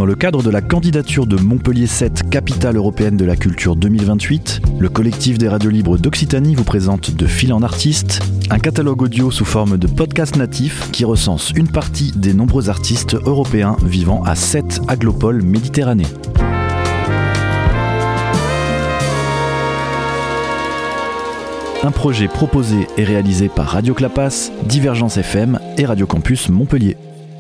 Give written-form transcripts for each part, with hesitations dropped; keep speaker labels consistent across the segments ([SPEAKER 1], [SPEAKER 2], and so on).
[SPEAKER 1] Dans le cadre de la candidature de Montpellier 7 Capitale Européenne de la Culture 2028, le collectif des radios libres d'Occitanie vous présente De Fil en Artiste, un catalogue audio sous forme de podcast natif qui recense une partie des nombreux artistes européens vivant à 7 aglopoles méditerranéens. Un projet proposé et réalisé par Radio Clapas, Divergence FM et Radio Campus Montpellier.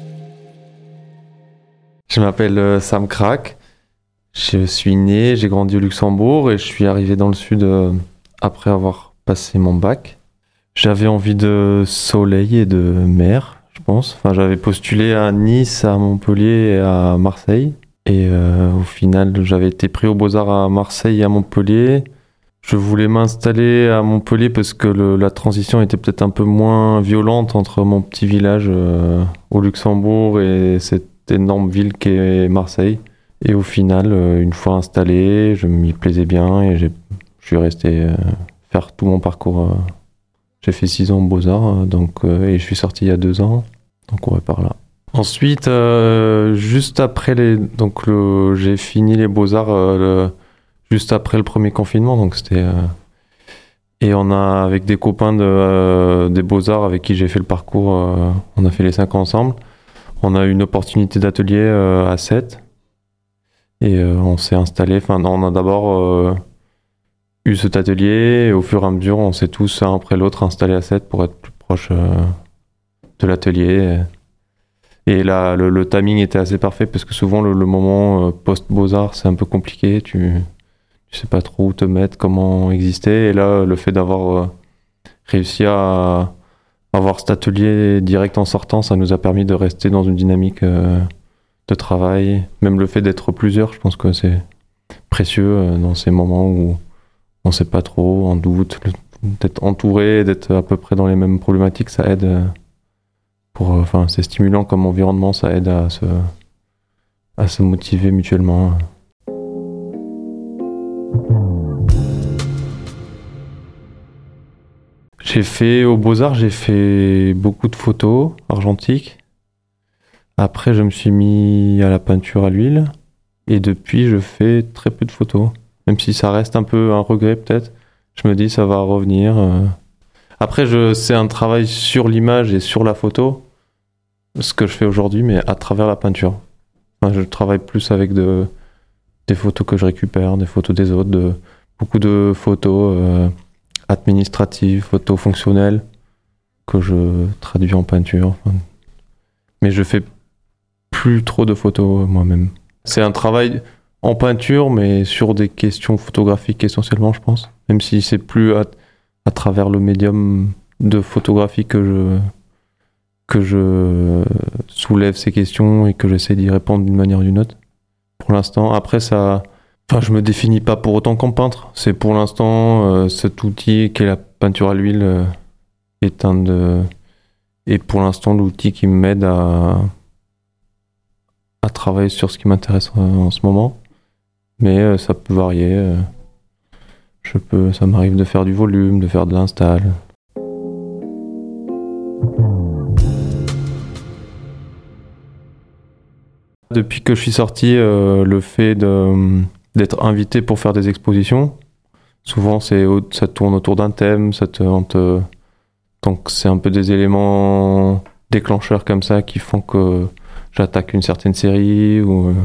[SPEAKER 2] Je m'appelle Sam Crack, je suis né, j'ai grandi au Luxembourg et je suis arrivé dans le sud après avoir passé mon bac. J'avais envie de soleil et de mer, je pense. Enfin, j'avais postulé à Nice, à Montpellier et à Marseille. Et au final, j'avais été pris aux Beaux-Arts à Marseille et à Montpellier. Je voulais m'installer à Montpellier parce que la transition était peut-être un peu moins violente entre mon petit village au Luxembourg et cette énorme ville qu'est Marseille. Et au final, une fois installé, je m'y plaisais bien et je suis resté faire tout mon parcours. J'ai fait 6 ans aux Beaux-Arts et je suis sorti il y a 2 ans, donc on va par là. Ensuite, juste après j'ai fini les Beaux-Arts juste après le premier confinement, donc c'était et on a avec des copains des Beaux-Arts avec qui j'ai fait le parcours, on a fait les 5 ans ensemble. On a eu une opportunité d'atelier à Sète et on s'est installé. Enfin, on a d'abord eu cet atelier et au fur et à mesure, on s'est tous un après l'autre installés à Sète pour être plus proche de l'atelier. Et là, le timing était assez parfait parce que souvent le moment post-Beaux-Arts, c'est un peu compliqué. Tu sais pas trop où te mettre, comment exister. Et là, le fait d'avoir réussi à avoir cet atelier direct en sortant, ça nous a permis de rester dans une dynamique de travail. Même le fait d'être plusieurs, je pense que c'est précieux dans ces moments où on sait pas trop, en doute. D'être entouré, d'être à peu près dans les mêmes problématiques, ça aide. C'est stimulant comme environnement, ça aide à se motiver mutuellement. Aux Beaux-Arts, j'ai fait beaucoup de photos argentiques. Après, je me suis mis à la peinture à l'huile. Et depuis, je fais très peu de photos. Même si ça reste un peu un regret peut-être. Je me dis, ça va revenir. Après, c'est un travail sur l'image et sur la photo. Ce que je fais aujourd'hui, mais à travers la peinture. Enfin, je travaille plus avec des photos que je récupère, des photos des autres, beaucoup de photos administratives, photos fonctionnelles que je traduis en peinture. Mais je fais plus trop de photos moi-même. C'est un travail en peinture, mais sur des questions photographiques essentiellement, je pense. Même si c'est plus à travers le médium de photographie que je soulève ces questions et que j'essaie d'y répondre d'une manière ou d'une autre. Pour l'instant, après je me définis pas pour autant comme peintre. C'est pour l'instant cet outil qu'est la peinture à l'huile et pour l'instant l'outil qui m'aide à travailler sur ce qui m'intéresse en ce moment. Mais ça peut varier. Ça m'arrive de faire du volume, de faire de l'install. Depuis que je suis sorti, le fait d'être invité pour faire des expositions, souvent ça tourne autour d'un thème, donc c'est un peu des éléments déclencheurs comme ça qui font que j'attaque une certaine série.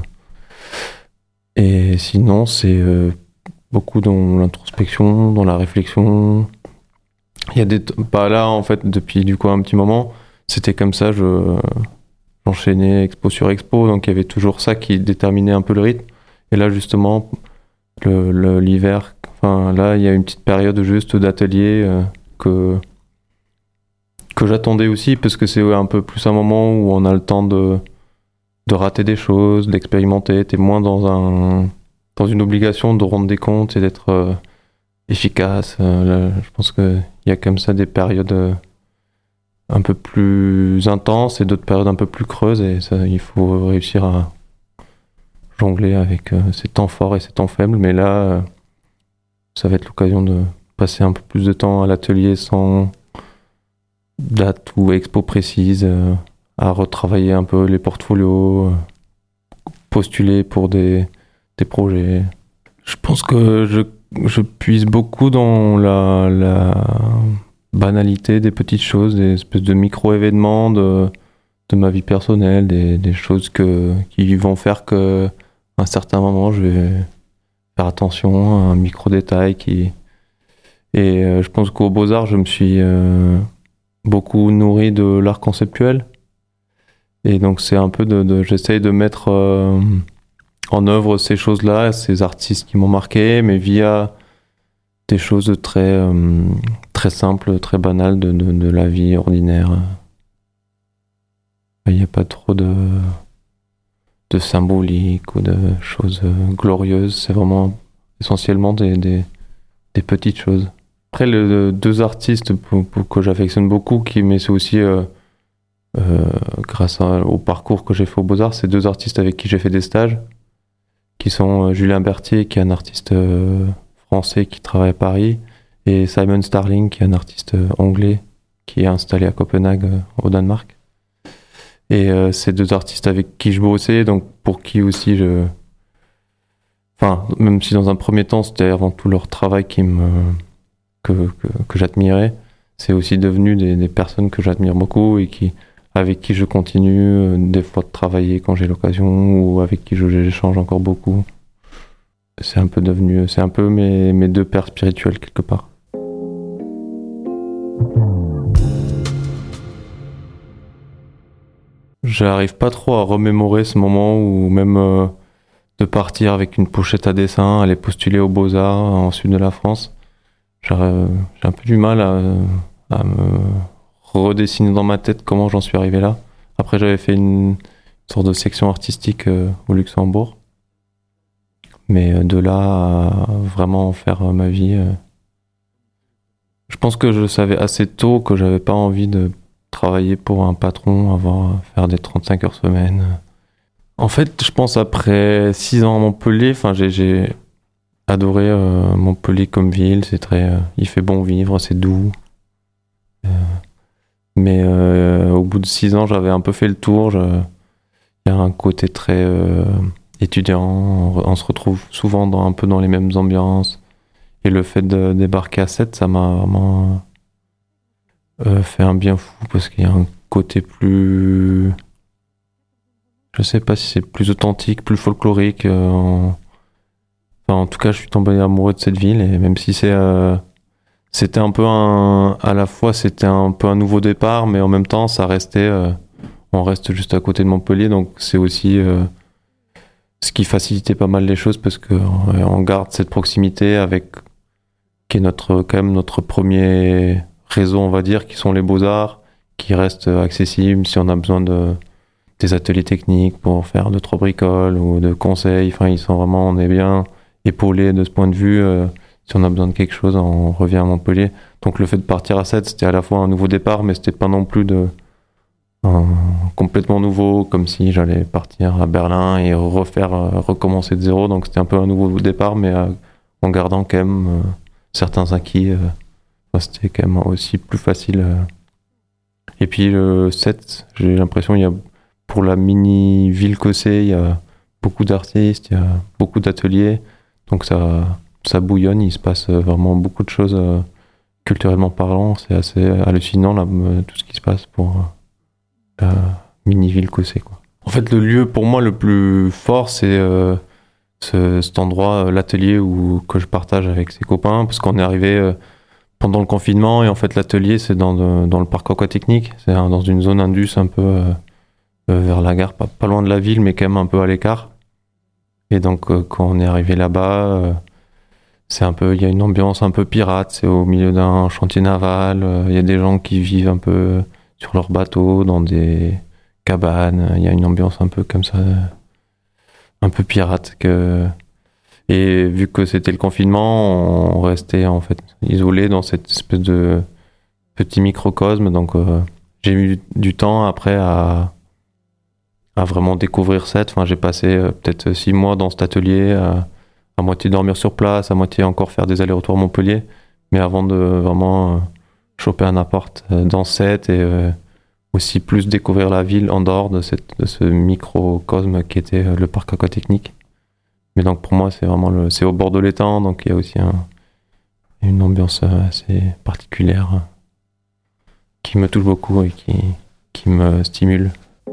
[SPEAKER 2] Et sinon, c'est beaucoup dans l'introspection, dans la réflexion. Il y a là, en fait, depuis du coup un petit moment, c'était comme ça, j'enchaînais expo sur expo, donc il y avait toujours ça qui déterminait un peu le rythme. Et là, justement, l'hiver, là, il y a une petite période juste d'atelier que j'attendais aussi, parce que c'est un peu plus un moment où on a le temps de rater des choses, d'expérimenter. T'es moins dans une obligation de rendre des comptes et d'être efficace. Là, je pense qu'il y a comme ça des périodes un peu plus intenses et d'autres périodes un peu plus creuses, et ça, il faut réussir à jongler avec ces temps forts et ces temps faibles. Mais là, ça va être l'occasion de passer un peu plus de temps à l'atelier sans date ou expo précise, à retravailler un peu les portfolios, postuler pour des projets. Je pense que je puise beaucoup dans la banalité des petites choses, des espèces de micro-événements de ma vie personnelle, des choses qui vont faire que à un certain moment, je vais faire attention à un micro-détail Et je pense qu'au Beaux-Arts, je me suis beaucoup nourri de l'art conceptuel. Et donc, c'est un peu j'essaye de mettre en œuvre ces choses-là, ces artistes qui m'ont marqué, mais via des choses très, très simples, très banales de la vie ordinaire. Il n'y a pas trop de symbolique ou de choses glorieuses. C'est vraiment essentiellement des petites choses. Après, les deux artistes que j'affectionne beaucoup, mais c'est aussi grâce au parcours que j'ai fait au Beaux-Arts, c'est deux artistes avec qui j'ai fait des stages, qui sont Julien Berthier, qui est un artiste français qui travaille à Paris, et Simon Starling, qui est un artiste anglais qui est installé à Copenhague, au Danemark. Et ces deux artistes avec qui je bossais, donc pour qui aussi même si dans un premier temps c'était avant tout leur travail que j'admirais, c'est aussi devenu des personnes que j'admire beaucoup et avec qui je continue des fois de travailler quand j'ai l'occasion ou avec qui j'échange encore beaucoup. C'est un peu mes deux pères spirituels quelque part. J'arrive pas trop à remémorer ce moment où même de partir avec une pochette à dessin, aller postuler aux Beaux-Arts en sud de la France. J'ai un peu du mal à me redessiner dans ma tête comment j'en suis arrivé là. Après, j'avais fait une sorte de section artistique au Luxembourg. Mais de là à vraiment en faire ma vie, je pense que je savais assez tôt que j'avais pas envie de travailler pour un patron, faire des 35 heures semaine. En fait, je pense après 6 ans à Montpellier, j'ai adoré Montpellier comme ville. Il fait bon vivre, c'est doux. Mais au bout de 6 ans, j'avais un peu fait le tour. Il y a un côté très étudiant. On se retrouve souvent un peu dans les mêmes ambiances. Et le fait de débarquer à 7, ça m'a vraiment fait un bien fou parce qu'il y a un côté plus... Je sais pas si c'est plus authentique, plus folklorique. En tout cas, je suis tombé amoureux de cette ville et même si c'était un peu à la fois c'était un peu un nouveau départ, mais en même temps, ça restait... on reste juste à côté de Montpellier, donc c'est aussi ce qui facilitait pas mal les choses parce que on garde cette proximité qui est quand même notre premier réseau, on va dire, qui sont les Beaux-Arts, qui restent accessibles si on a besoin des ateliers techniques pour faire 2-3 bricoles ou de conseils. On est bien épaulés de ce point de vue. Si on a besoin de quelque chose, on revient à Montpellier. Donc le fait de partir à 7, c'était à la fois un nouveau départ, mais c'était pas non plus complètement nouveau, comme si j'allais partir à Berlin et recommencer de zéro. Donc c'était un peu un nouveau départ, mais en gardant quand même certains acquis. C'était quand même aussi plus facile. Et puis le 7, j'ai l'impression pour la mini-ville que c'est, il y a beaucoup d'artistes, il y a beaucoup d'ateliers. Donc ça bouillonne, il se passe vraiment beaucoup de choses culturellement parlant. C'est assez hallucinant là, tout ce qui se passe pour la mini-ville que c'est, quoi. En fait, le lieu pour moi le plus fort, c'est cet endroit, l'atelier que je partage avec ses copains, parce qu'on est arrivé pendant le confinement et en fait l'atelier c'est dans le parc aquatechnique, c'est dans une zone indus un peu vers la gare, pas loin de la ville mais quand même un peu à l'écart. Et donc quand on est arrivé là-bas, il y a une ambiance un peu pirate, c'est au milieu d'un chantier naval, il y a des gens qui vivent un peu sur leur bateau dans des cabanes, il y a une ambiance un peu comme ça, un peu pirate Et vu que c'était le confinement, on restait en fait isolé dans cette espèce de petit microcosme. Donc j'ai eu du temps après à vraiment découvrir cette. J'ai passé peut-être 6 mois dans cet atelier, à moitié dormir sur place, à moitié encore faire des allers-retours à Montpellier. Mais avant de vraiment choper un appart dans 7 et aussi plus découvrir la ville en dehors de ce microcosme qui était le parc aquatechnique. Mais donc pour moi, c'est au bord de l'étang, donc il y a aussi une ambiance assez particulière qui me touche beaucoup et qui me stimule.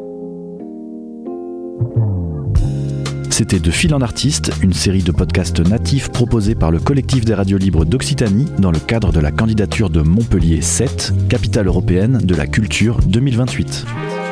[SPEAKER 1] C'était De Fil en Artiste, une série de podcasts natifs proposés par le collectif des radios libres d'Occitanie dans le cadre de la candidature de Montpellier 7, capitale européenne de la culture 2028.